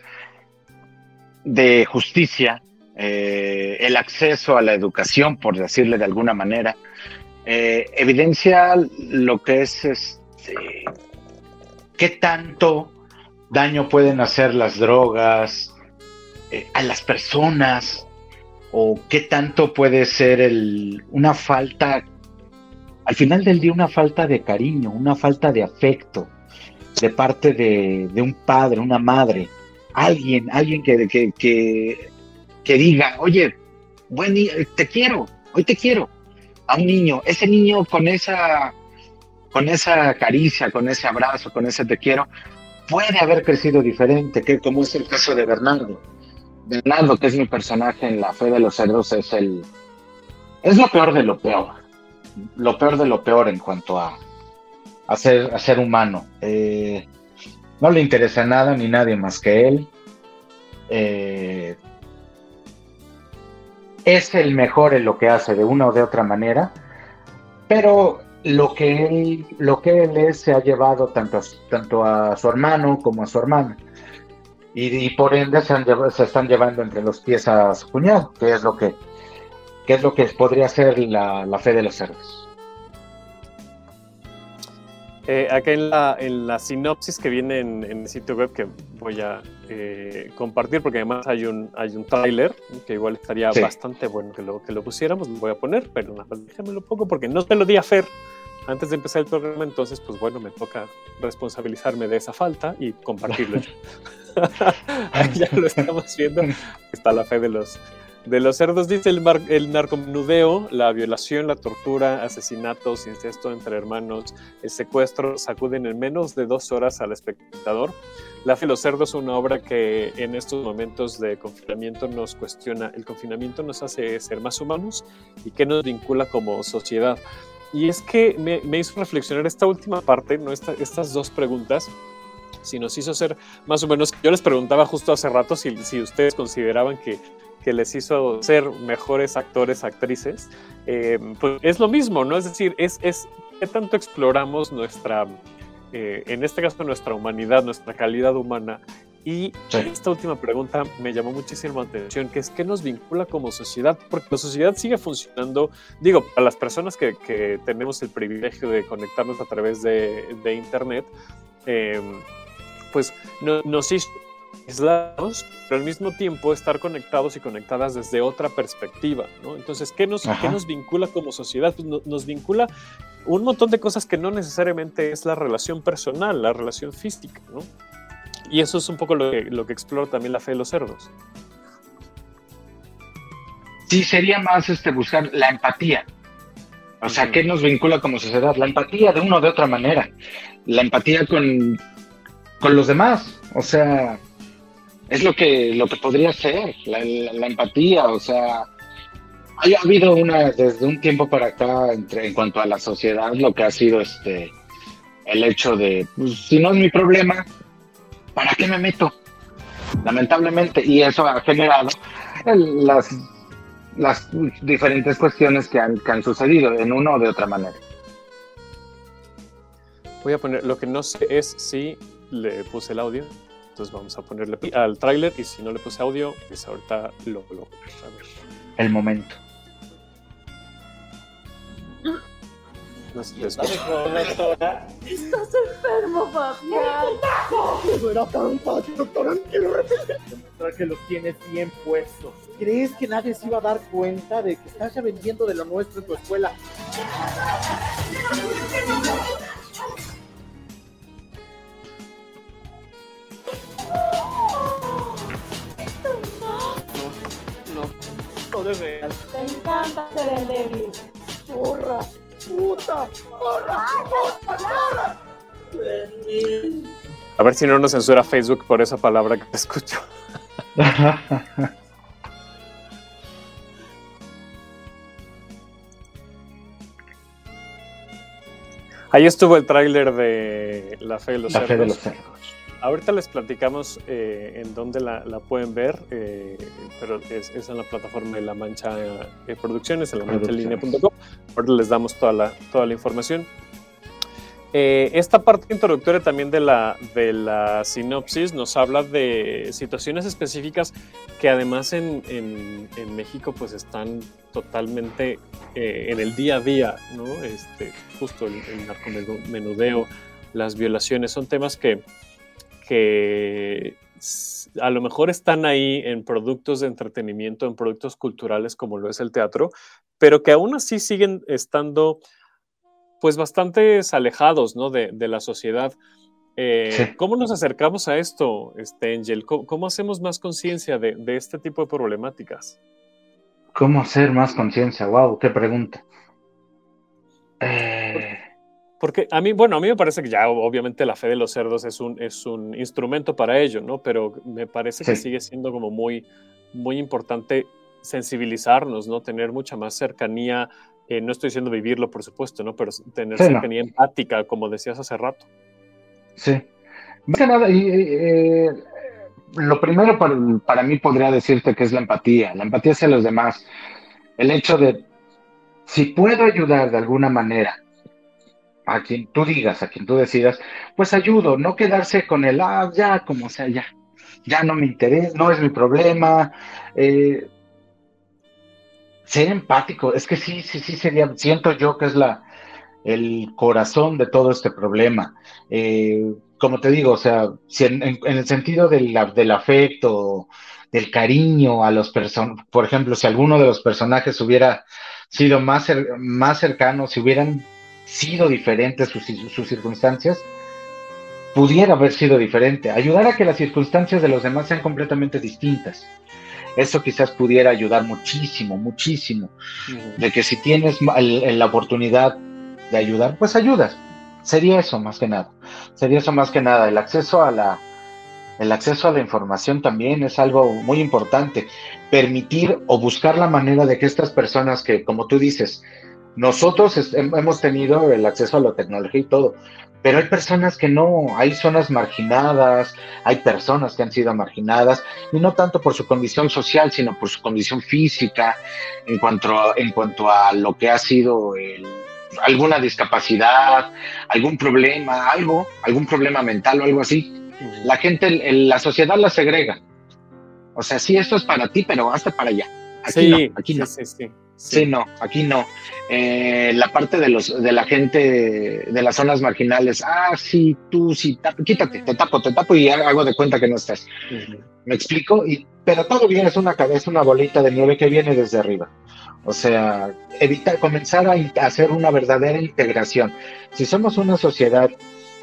de justicia, eh, el acceso a la educación, por decirle de alguna manera. Eh, evidencia lo que es este, qué tanto daño pueden hacer las drogas eh, a las personas, o qué tanto puede ser el, una falta, al final del día, una falta de cariño, una falta de afecto de parte de, de un padre, una madre, alguien, alguien que, que, que, que diga, oye, buen día, te quiero, hoy te quiero, a un niño, ese niño con esa, con esa caricia, con ese abrazo, con ese te quiero, puede haber crecido diferente, que como es el caso de Bernardo. Bernardo, que es mi personaje en La Fe de los Cerdos, es el, es lo peor de lo peor. Lo peor de lo peor en cuanto a, a, ser, a ser humano. Eh, no le interesa nada ni nadie más que él. Eh, es el mejor en lo que hace de una o de otra manera, pero lo que él, lo que él es se ha llevado tanto a, tanto a su hermano como a su hermana. Y, y por ende se, han, se están llevando entre los pies a su cuñado, que es lo que, que, es lo que podría ser la, la fe de los cerdos. Eh, acá en la, en la sinopsis que viene en, en el sitio web, que voy a eh, compartir, porque además hay un, hay un tráiler que igual estaría sí. bastante bueno que lo, que lo pusiéramos, lo voy a poner, pero nada más déjamelo poco porque no te lo di a Fer antes de empezar el programa, entonces pues bueno, me toca responsabilizarme de esa falta y compartirlo yo. Ya lo estamos viendo, está la fe de los de los cerdos. Dice el, mar, el narcomenudeo, la violación, la tortura, asesinatos, incesto entre hermanos, el secuestro sacuden en menos de dos horas al espectador. La fe de los cerdos es una obra que en estos momentos de confinamiento nos cuestiona. El confinamiento nos hace ser más humanos y que nos vincula como sociedad. Y es que me, me hizo reflexionar esta última parte, ¿no? Esta, estas dos preguntas, si nos hizo ser más o menos. Yo les preguntaba justo hace rato si, si ustedes consideraban que que les hizo ser mejores actores, actrices, eh, pues es lo mismo, ¿no? Es decir, es, es qué tanto exploramos nuestra, eh, en este caso nuestra humanidad, nuestra calidad humana. Y sí. esta última pregunta me llamó muchísimo la atención, que es ¿qué nos vincula como sociedad? Porque la sociedad sigue funcionando, digo, para las personas que, que tenemos el privilegio de conectarnos a través de, de internet, eh, pues no, nos hizo aislados, pero al mismo tiempo estar conectados y conectadas desde otra perspectiva, ¿no? Entonces, ¿qué nos, ¿qué nos vincula como sociedad? Pues no, nos vincula un montón de cosas que no necesariamente es la relación personal, la relación física, ¿no? Y eso es un poco lo que, lo que explora también la fe de los cerdos. Sí, sería más este, buscar la empatía. O sea, uh-huh. ¿qué nos vincula como sociedad? La empatía de una o de otra manera. La empatía con, con los demás. O sea, es lo que, lo que podría ser, la, la, la empatía. O sea, ha habido una, desde un tiempo para acá, entre, en cuanto a la sociedad, lo que ha sido este, el hecho de, pues, si no es mi problema, ¿para qué me meto? Lamentablemente, y eso ha generado el, las, las diferentes cuestiones que han, que han sucedido en una o de otra manera. Voy a poner, lo que no sé es si le puse el audio, entonces vamos a ponerle al tráiler, y si no le puse audio, pues ahorita lo lo a ver. El momento. No sé si ¿Estás enfermo, Fabián? No era tan fácil, doctora. Quiero demostrar que los tienes bien puestos. ¿Crees que nadie se iba a dar cuenta de que estás ya vendiendo de lo nuestro en tu escuela? No, no, todo es real. Te encanta ser el débil. ¡Porra! ¡Puta! ¡Porra! ¡Puta! ¡Porra! A ver si no nos censura Facebook por esa palabra que escucho. Ahí estuvo el tráiler de La Fe de los La Cerdos. Fe de los Cerdos. Ahorita les platicamos eh, en dónde la, la pueden ver, eh, pero es, es en la plataforma de La Mancha eh, Producciones, en la mancha línea punto com. Ahorita les damos toda la, toda la información. Eh, esta parte introductoria también de la, de la sinopsis nos habla de situaciones específicas que además en, en, en México pues están totalmente eh, en el día a día, ¿no? Este, justo el, el narcomenudeo, las violaciones, son temas que que a lo mejor están ahí en productos de entretenimiento, en productos culturales como lo es el teatro, pero que aún así siguen estando pues bastante alejados, ¿no? de, de la sociedad. Eh, sí. ¿Cómo nos acercamos a esto, este, Angel? ¿Cómo, cómo hacemos más conciencia de, de este tipo de problemáticas? ¿Cómo hacer más conciencia? Wow, qué pregunta. Eh... Porque a mí, bueno, a mí me parece que ya obviamente La Fe de los Cerdos es un, es un instrumento para ello, ¿no? Pero me parece sí. que sigue siendo como muy, muy importante sensibilizarnos, ¿no? Tener mucha más cercanía, eh, no estoy diciendo vivirlo, por supuesto, ¿no? Pero tener Sí, cercanía no. empática, como decías hace rato. Sí. Más que nada, y, eh, lo primero para, para mí podría decirte que es la empatía, la empatía hacia los demás. El hecho de, si puedo ayudar de alguna manera a quien tú digas, a quien tú decidas, pues ayudo, no quedarse con el, ah, ya, como sea, ya, ya no me interesa, no es mi problema. Eh, ser empático, es que sí, sí, sí sería, siento yo que es la, el corazón de todo este problema. Eh, como te digo, o sea, si en, en, en el sentido del, del afecto, del cariño a los personajes, por ejemplo, si alguno de los personajes hubiera sido más, cer más cercano, si hubieran sido diferentes sus, sus circunstancias, pudiera haber sido diferente. Ayudar a que las circunstancias de los demás sean completamente distintas. Eso quizás pudiera ayudar muchísimo, muchísimo. Uh-huh. De que si tienes el, la oportunidad de ayudar, pues ayudas. Sería eso más que nada. Sería eso más que nada. El acceso a la, el acceso a la información también es algo muy importante. Permitir o buscar la manera de que estas personas que, como tú dices, nosotros es, hemos tenido el acceso a la tecnología y todo, pero hay personas que no, hay zonas marginadas, hay personas que han sido marginadas, y no tanto por su condición social, sino por su condición física, en cuanto a, en cuanto a lo que ha sido el, alguna discapacidad, algún problema, algo, algún problema mental o algo así. La gente, el, la sociedad la segrega. O sea, sí, esto es para ti, pero hasta para allá. Aquí sí, no, aquí sí, no. Sí, sí, sí. Sí, no, aquí no. Eh, la parte de los de la gente de las zonas marginales, ah, sí, tú, sí, tap, quítate, te tapo, te tapo y hago de cuenta que no estás. Uh-huh. ¿Me explico? Y, pero todo bien, es una cabeza, una bolita de nieve que viene desde arriba. O sea, evitar, comenzar a, a hacer una verdadera integración. Si somos una sociedad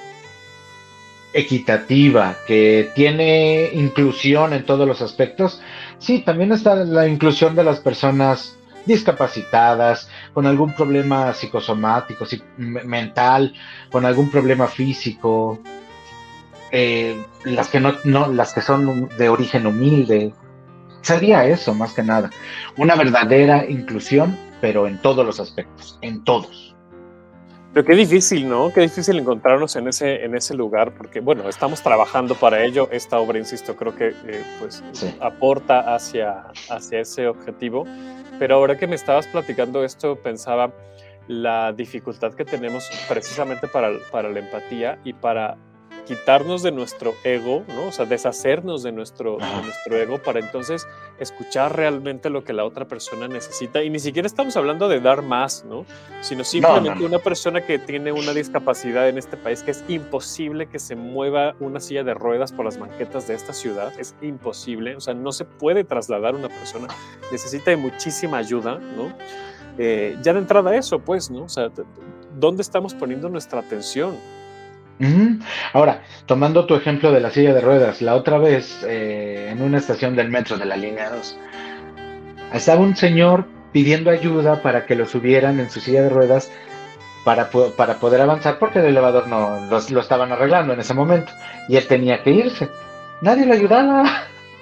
equitativa, que tiene inclusión en todos los aspectos, sí, también está la inclusión de las personas discapacitadas, con algún problema psicosomático, psic mental, con algún problema físico, eh, las que no, no, las que son de origen humilde. Sería eso más que nada, una verdadera inclusión, pero en todos los aspectos, en todos. Pero qué difícil, ¿no? Qué difícil encontrarnos en ese, en ese lugar, porque, bueno, estamos trabajando para ello. Esta obra, insisto, creo que eh, pues, sí. aporta hacia, hacia ese objetivo. Pero ahora que me estabas platicando esto, pensaba la dificultad que tenemos precisamente para, para la empatía y para quitarnos de nuestro ego, ¿no? O sea, deshacernos de nuestro, de nuestro ego para entonces escuchar realmente lo que la otra persona necesita. Y ni siquiera estamos hablando de dar más, ¿no? Sino simplemente no, no, no. una persona que tiene una discapacidad en este país, que es imposible que se mueva una silla de ruedas por las banquetas de esta ciudad. Es imposible. O sea, no se puede trasladar una persona. Necesita de muchísima ayuda, ¿no? Eh, ya de entrada eso, pues, ¿no? O sea, ¿dónde estamos poniendo nuestra atención? Uh-huh. Ahora, tomando tu ejemplo de la silla de ruedas, la otra vez eh, en una estación del metro de la línea dos, estaba un señor pidiendo ayuda para que lo subieran en su silla de ruedas para, para poder avanzar, porque el elevador no lo, lo estaban arreglando en ese momento y él tenía que irse. Nadie lo ayudaba.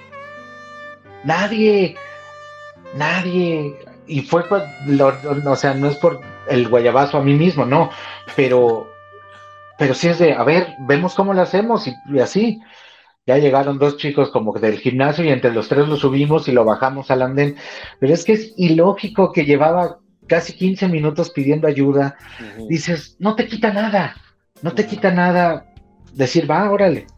Nadie. Nadie. Y fue, lo, lo, o sea, no es por el guayabazo a mí mismo, no, pero... Pero sí es de, a ver, vemos cómo lo hacemos y, y así. Ya llegaron dos chicos como del gimnasio y entre los tres lo subimos y lo bajamos al andén. Pero es que es ilógico que llevaba casi quince minutos pidiendo ayuda. Uh-huh. Dices, no te quita nada, no te quita nada decir, va, órale.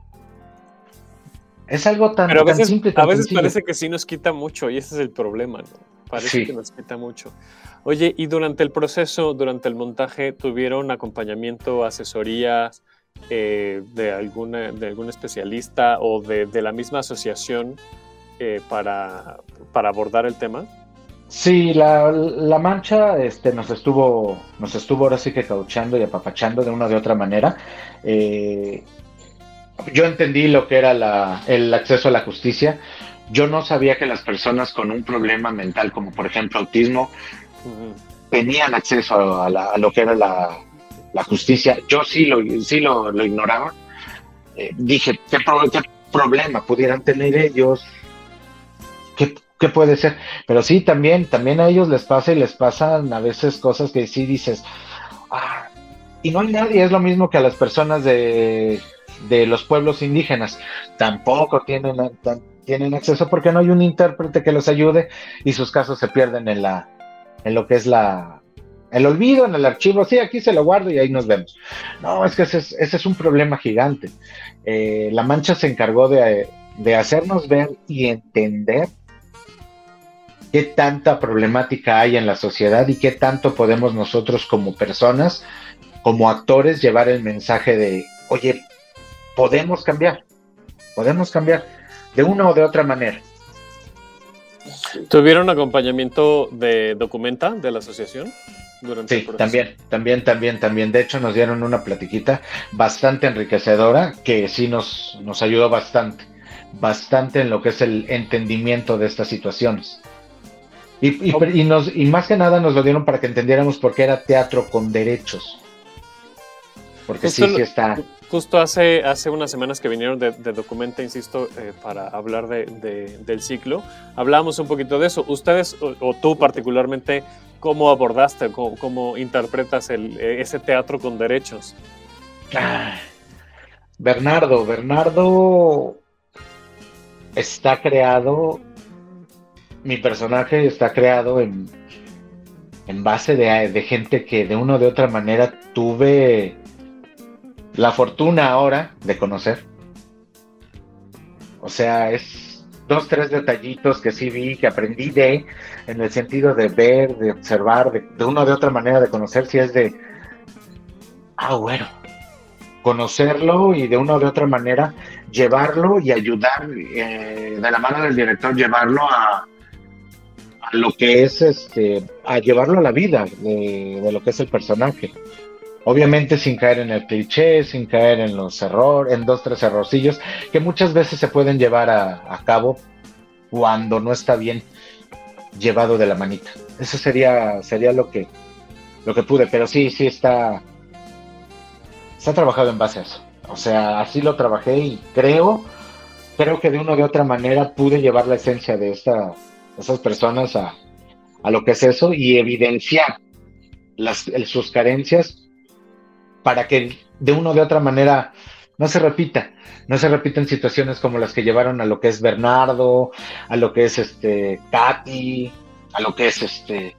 Es algo tan, Pero a veces, tan simple, tan a veces sencillo. Parece que sí nos quita mucho y ese es el problema, ¿no? Parece sí. que nos quita mucho. Oye, y durante el proceso, durante el montaje, ¿tuvieron acompañamiento, asesorías eh, de, alguna, de algún especialista o de, de la misma asociación eh, para, para abordar el tema? Sí, la, la Mancha este, nos estuvo nos estuvo ahora sí que cauchando y apapachando de una o de otra manera. Eh, yo entendí lo que era la, el acceso a la justicia. Yo no sabía que las personas con un problema mental, como por ejemplo autismo, uh-huh. tenían acceso a, la, a lo que era la, la justicia. Yo sí lo, sí lo, lo ignoraba. Eh, dije, ¿qué, pro, ¿qué problema pudieran tener ellos? ¿Qué, ¿qué puede ser? Pero sí, también, también a ellos les pasa y les pasan a veces cosas que sí dices, ah, y no hay nadie, es lo mismo que a las personas de, de los pueblos indígenas, tampoco tienen, tan, tienen acceso porque no hay un intérprete que los ayude y sus casos se pierden en la, en lo que es la, el olvido, en el archivo, sí, aquí se lo guardo y ahí nos vemos. No, es que ese es, ese es un problema gigante. Eh, La Mancha se encargó de, de hacernos ver y entender qué tanta problemática hay en la sociedad y qué tanto podemos nosotros como personas, como actores, llevar el mensaje de, oye, podemos cambiar, podemos cambiar de una o de otra manera. ¿Tuvieron acompañamiento de Documenta, de la asociación? Durante Sí, el proceso? también, también, también, también. De hecho, nos dieron una platiquita bastante enriquecedora que sí nos, nos ayudó bastante, bastante en lo que es el entendimiento de estas situaciones. Y, y, y, nos, y más que nada nos lo dieron para que entendiéramos por qué era teatro con derechos. Porque Justo sí, sí está... Justo hace, hace unas semanas que vinieron de, de Documenta, insisto, eh, para hablar de, de, del ciclo, hablábamos un poquito de eso. Ustedes, o, o tú particularmente, ¿cómo abordaste, cómo, cómo interpretas el, ese teatro con derechos? Ah, Bernardo, Bernardo está creado, mi personaje está creado en, en base de, de gente que de una o de otra manera tuve la fortuna ahora de conocer. O sea, es dos, tres detallitos que sí vi, que aprendí de, en el sentido de ver, de observar, de, de una o de otra manera de conocer, si es de, ah, bueno, conocerlo y de una o de otra manera llevarlo y ayudar, eh, de la mano del director, llevarlo a, a lo que es, este, a llevarlo a la vida de, de lo que es el personaje. Obviamente sin caer en el cliché, sin caer en los errores, en dos, tres errorcillos que muchas veces se pueden llevar a, a cabo cuando no está bien llevado de la manita. Eso sería, sería lo que, lo que pude, pero sí, sí está, está trabajado en base a eso. O sea, así lo trabajé y creo, creo que de una o de otra manera pude llevar la esencia de esta, esas personas a, a lo que es eso y evidenciar las, el, sus carencias, para que de una o de otra manera no se repita, no se repiten situaciones como las que llevaron a lo que es Bernardo, a lo que es este Katy, a lo que es este,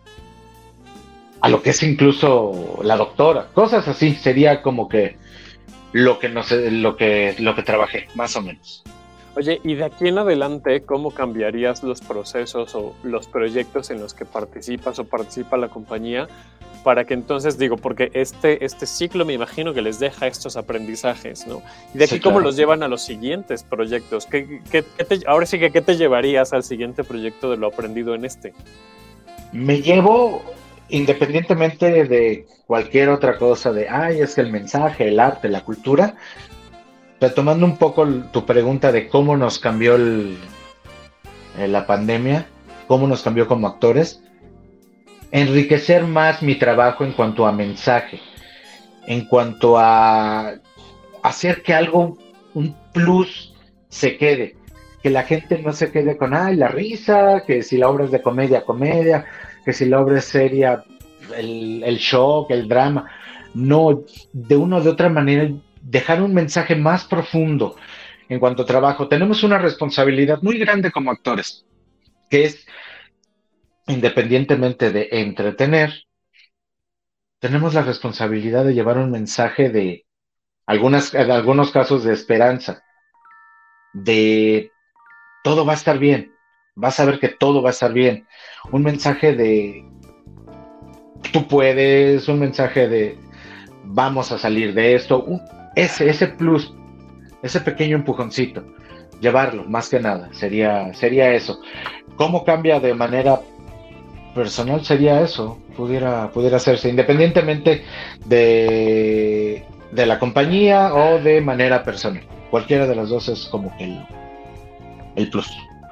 a lo que es incluso la doctora, cosas así, sería como que lo que no sé, lo que, lo que trabajé, más o menos. Oye, y de aquí en adelante, ¿cómo cambiarías los procesos o los proyectos en los que participas o participa la compañía? Para que entonces, digo, porque este, este ciclo me imagino que les deja estos aprendizajes, ¿no? Y de aquí, sí, ¿cómo claro. los llevan a los siguientes proyectos? ¿Qué, qué, qué te, ahora sí que, ¿qué te llevarías al siguiente proyecto de lo aprendido en este? Me llevo, independientemente de cualquier otra cosa, de, ay, es que el mensaje, el arte, la cultura, retomando un poco tu pregunta de cómo nos cambió el, la pandemia, cómo nos cambió como actores, enriquecer más mi trabajo en cuanto a mensaje, en cuanto a hacer que algo, un plus, se quede, que la gente no se quede con, ay, la risa, que si la obra es de comedia, comedia, que si la obra es seria, el, el shock, el drama, no, de una o de otra manera, dejar un mensaje más profundo en cuanto a trabajo. Tenemos una responsabilidad muy grande como actores, que es, independientemente de entretener, tenemos la responsabilidad de llevar un mensaje de, algunas, en algunos casos, de esperanza, de todo va a estar bien, vas a ver que todo va a estar bien, un mensaje de tú puedes, un mensaje de vamos a salir de esto, un, ese, ese plus, ese pequeño empujoncito, llevarlo, más que nada, sería, sería eso. ¿Cómo cambia de manera personal? Sería eso, pudiera, pudiera hacerse independientemente de, de la compañía o de manera personal. Cualquiera de las dos es como que el, el plus.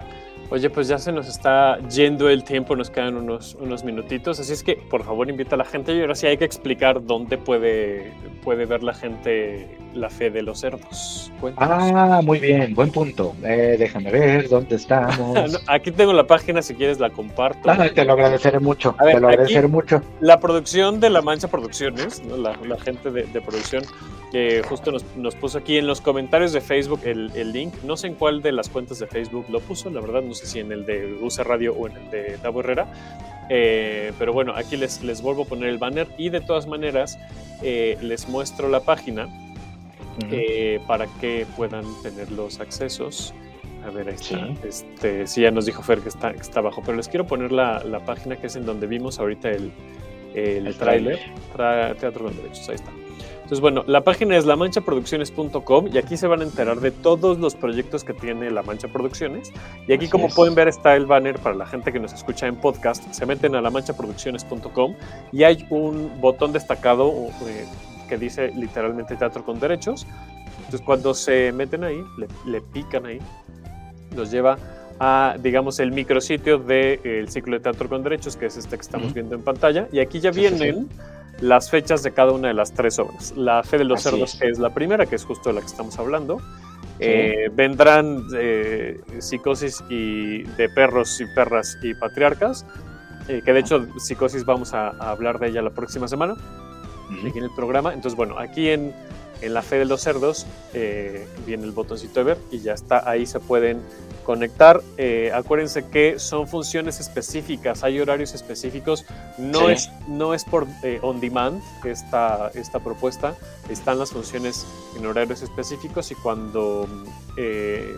Oye, pues ya se nos está yendo el tiempo, nos quedan unos, unos minutitos, así es que por favor invita a la gente y ahora sí hay que explicar dónde puede, puede ver la gente la fe de los cerdos. Cuéntanos. Ah, muy bien, buen punto. Eh, déjame ver dónde estamos. No, aquí tengo la página, si quieres la comparto. Ah, te lo agradeceré mucho, a ver, te lo agradeceré mucho. La producción de La Mancha Producciones, ¿no? la, la gente de, de producción, que justo nos, nos puso aquí en los comentarios de Facebook el, el link. No sé en cuál de las cuentas de Facebook lo puso, la verdad no sé si en el de U C Radio o en el de Davo Herrera, eh, pero bueno, aquí les, les vuelvo a poner el banner y de todas maneras eh, les muestro la página uh-huh. eh, para que puedan tener los accesos. A ver, ahí está. Sí, este, sí ya nos dijo Fer que está, que está abajo, pero les quiero poner la, la página que es en donde vimos ahorita el, el, el tráiler, tra- Teatro con Derechos, ahí está. Entonces, bueno, la página es la mancha producciones punto com y aquí se van a enterar de todos los proyectos que tiene La Mancha Producciones. Y aquí, Así como es. pueden ver, está el banner para la gente que nos escucha en podcast. Se meten a la mancha producciones punto com y hay un botón destacado eh, que dice literalmente Teatro con Derechos. Entonces, cuando se meten ahí, le, le pican ahí, los lleva a, digamos, el micrositio del de, ciclo de Teatro con Derechos, que es este que estamos uh-huh. viendo en pantalla. Y aquí ya sí, vienen... Sí, sí. las fechas de cada una de las tres obras. La Fe de los Así Cerdos, es. que es la primera, que es justo de la que estamos hablando. Sí. Eh, vendrán eh, Psicosis y de Perros y Perras y Patriarcas, eh, que de hecho Psicosis vamos a, a hablar de ella la próxima semana, uh-huh. aquí en el programa. Entonces, bueno, aquí en, en La Fe de los Cerdos eh, viene el botoncito de ver y ya está, ahí se pueden conectar. Eh, acuérdense que son funciones específicas, hay horarios específicos, no, sí. es, no es por eh, on demand esta, esta propuesta, están las funciones en horarios específicos y cuando eh,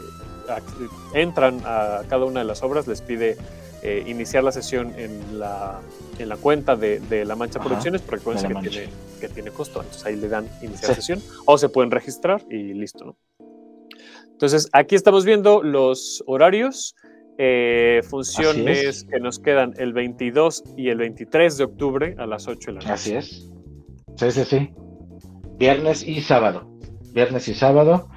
a, entran a cada una de las obras les pide eh, iniciar la sesión en la, en la cuenta de, de La Mancha Ajá, Producciones, porque acuérdense que tiene, que tiene costo, entonces ahí le dan iniciar sí. sesión o se pueden registrar y listo, ¿no? Entonces, aquí estamos viendo los horarios, eh, funciones que nos quedan el veintidós y el veintitrés de octubre a las ocho de la noche. Así es. Sí, sí, sí. Viernes y sábado. Viernes y sábado.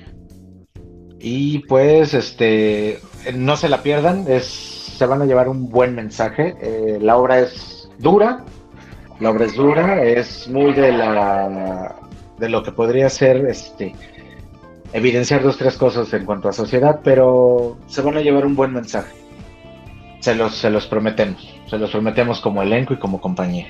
Y pues, este, no se la pierdan, es, se van a llevar un buen mensaje. Eh, la obra es dura, la obra es dura, es muy de la, de lo que podría ser, este... evidenciar dos, tres cosas en cuanto a sociedad, pero se van a llevar un buen mensaje. Se los, se los prometemos. Se los prometemos como elenco y como compañía.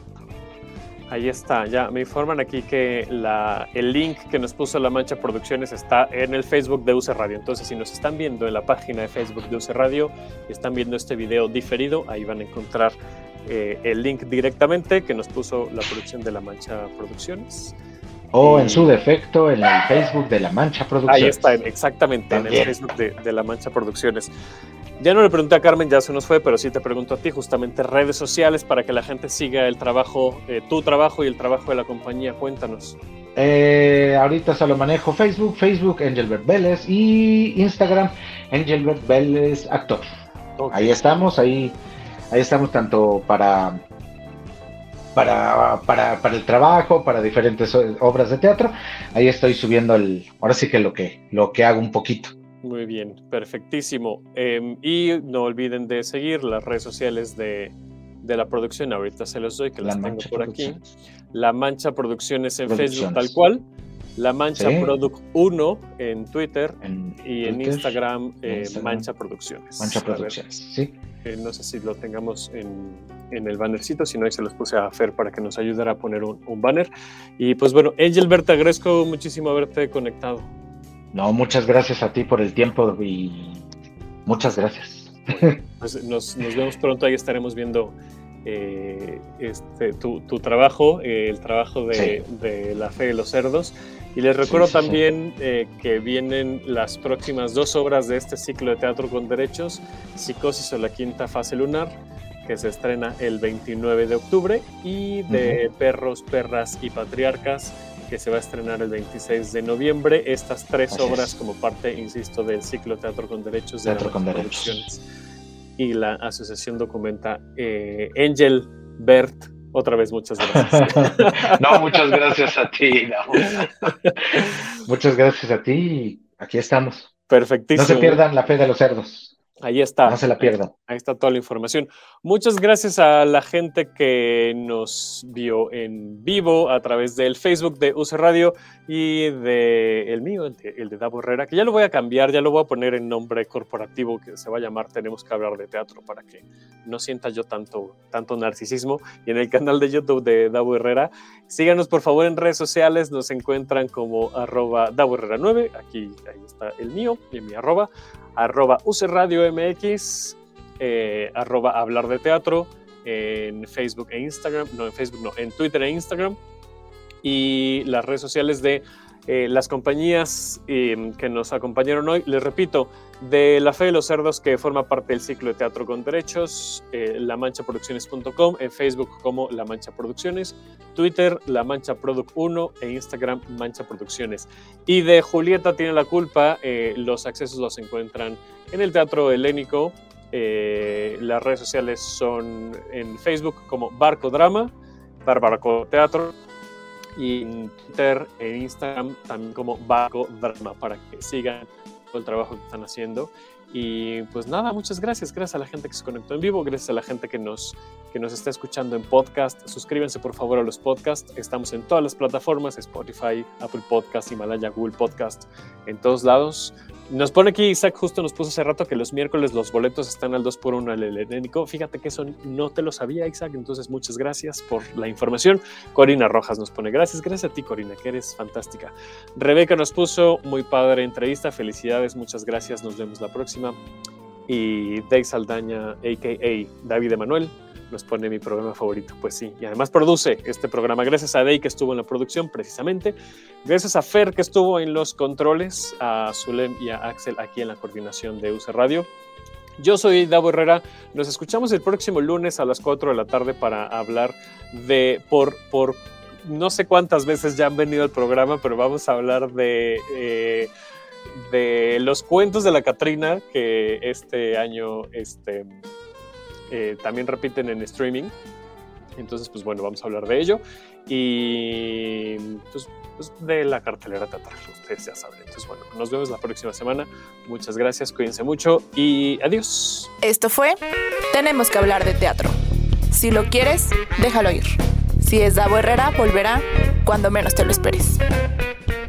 Ahí está, ya me informan aquí que la, el link que nos puso La Mancha Producciones está en el Facebook de U C Radio. Entonces, si nos están viendo en la página de Facebook de U C Radio y están viendo este video diferido, ahí van a encontrar eh, el link directamente que nos puso la producción de La Mancha Producciones. O en su defecto, en el Facebook de La Mancha Producciones. Ahí está, exactamente, También. en el Facebook de, de La Mancha Producciones. Ya no le pregunté a Carmen, ya se nos fue, pero sí te pregunto a ti, justamente redes sociales para que la gente siga el trabajo, eh, tu trabajo y el trabajo de la compañía. Cuéntanos. Eh, ahorita solo manejo Facebook, Facebook Engelbert Vélez y Instagram Engelbert Vélez Actor. Okay. Ahí estamos, ahí, ahí estamos tanto para... Para, para, para el trabajo, para diferentes obras de teatro. Ahí estoy subiendo el, ahora sí que lo que, lo que hago un poquito. Muy bien, perfectísimo. Eh, y no olviden de seguir las redes sociales de, de la producción. Ahorita se los doy, que las tengo por aquí. La Mancha Producciones en Facebook, tal cual. La Mancha sí. Product uno en Twitter en y en Twitter, Instagram, eh, Instagram, Mancha Producciones. Mancha Producciones, sí. Eh, no sé si lo tengamos en, en el bannercito, si no, ahí se los puse a Fer para que nos ayudara a poner un, un banner. Y pues bueno, Engelbert, te agradezco muchísimo haberte conectado. No, muchas gracias a ti por el tiempo y muchas gracias. Bueno, pues nos, nos vemos pronto, ahí estaremos viendo eh, este, tu, tu trabajo, eh, el trabajo de, sí. de La Fe de los Cerdos. Y les recuerdo sí, sí, también sí. Eh, que vienen las próximas dos obras de este ciclo de Teatro con Derechos, Psicosis o la Quinta Fase Lunar, que se estrena el veintinueve de octubre, y de uh-huh. Perros, Perras y Patriarcas, que se va a estrenar el veintiséis de noviembre. Estas tres Así obras es. como parte, insisto, del ciclo Teatro con Derechos de Teatro la con Producciones. Y la asociación documenta eh, Engelbert. Otra vez, muchas gracias. No, muchas gracias a ti. No. Muchas gracias a ti. Aquí estamos. Perfectísimo. No se pierdan La Fe de los Cerdos. Ahí está. No se la pierdan. Ahí está toda la información. Muchas gracias a la gente que nos vio en vivo a través del Facebook de U C Radio y de el mío, el de, el de Davo Herrera, que ya lo voy a cambiar, ya lo voy a poner en nombre corporativo, que se va a llamar Tenemos que hablar de teatro, para que no sienta yo tanto, tanto narcisismo. Y en el canal de YouTube de Davo Herrera, síganos por favor en redes sociales, nos encuentran como arroba Davo Herrera nueve, aquí ahí está el mío y mi arroba, arroba U C Radio M X, eh, arroba hablar de teatro, en Facebook e Instagram, no en Facebook, no, en Twitter e Instagram, y las redes sociales de eh, las compañías eh, que nos acompañaron hoy. Les repito, de La Fe de los Cerdos, que forma parte del ciclo de Teatro con Derechos, eh, la mancha producciones punto com, en Facebook como La Mancha Producciones, Twitter La Mancha Product uno e Instagram Mancha Producciones. Y de Julieta tiene la culpa, eh, los accesos los encuentran en el Teatro Helénico. Eh, las redes sociales son en Facebook como Barco Drama, Barbarco Teatro, y en Twitter e Instagram también como Barco Drama, para que sigan todo el trabajo que están haciendo. Y pues nada, muchas gracias, gracias a la gente que se conectó en vivo, gracias a la gente que nos, que nos está escuchando en podcast. Suscríbanse por favor a los podcasts, estamos en todas las plataformas, Spotify, Apple Podcast, Himalaya, Google Podcast, en todos lados. Nos pone aquí Isaac, justo nos puso hace rato que los miércoles los boletos están al dos por uno al Helénico. Fíjate que eso no te lo sabía, Isaac, entonces muchas gracias por la información. Corina Rojas nos pone gracias, gracias a ti, Corina, que eres fantástica. Rebeca nos puso muy padre entrevista, felicidades, muchas gracias, nos vemos la próxima. Y Dave Saldaña, a k a. David Emanuel, nos pone mi programa favorito. Pues sí, y además produce este programa. Gracias a Dave, que estuvo en la producción precisamente. Gracias a Fer, que estuvo en los controles, a Zulem y a Axel aquí en la coordinación de U C Radio. Yo soy Davo Herrera. Nos escuchamos el próximo lunes a las cuatro de la tarde para hablar de, por, por no sé cuántas veces ya han venido al programa, pero vamos a hablar de... Eh, de los cuentos de la Catrina, que este año este, eh, también repiten en streaming. Entonces, pues bueno, vamos a hablar de ello. Y pues, pues de la cartelera teatral, ustedes ya saben. Entonces, bueno, nos vemos la próxima semana. Muchas gracias, cuídense mucho y adiós. Esto fue Tenemos que hablar de teatro. Si lo quieres, déjalo ir. Si es Davo Herrera, volverá cuando menos te lo esperes.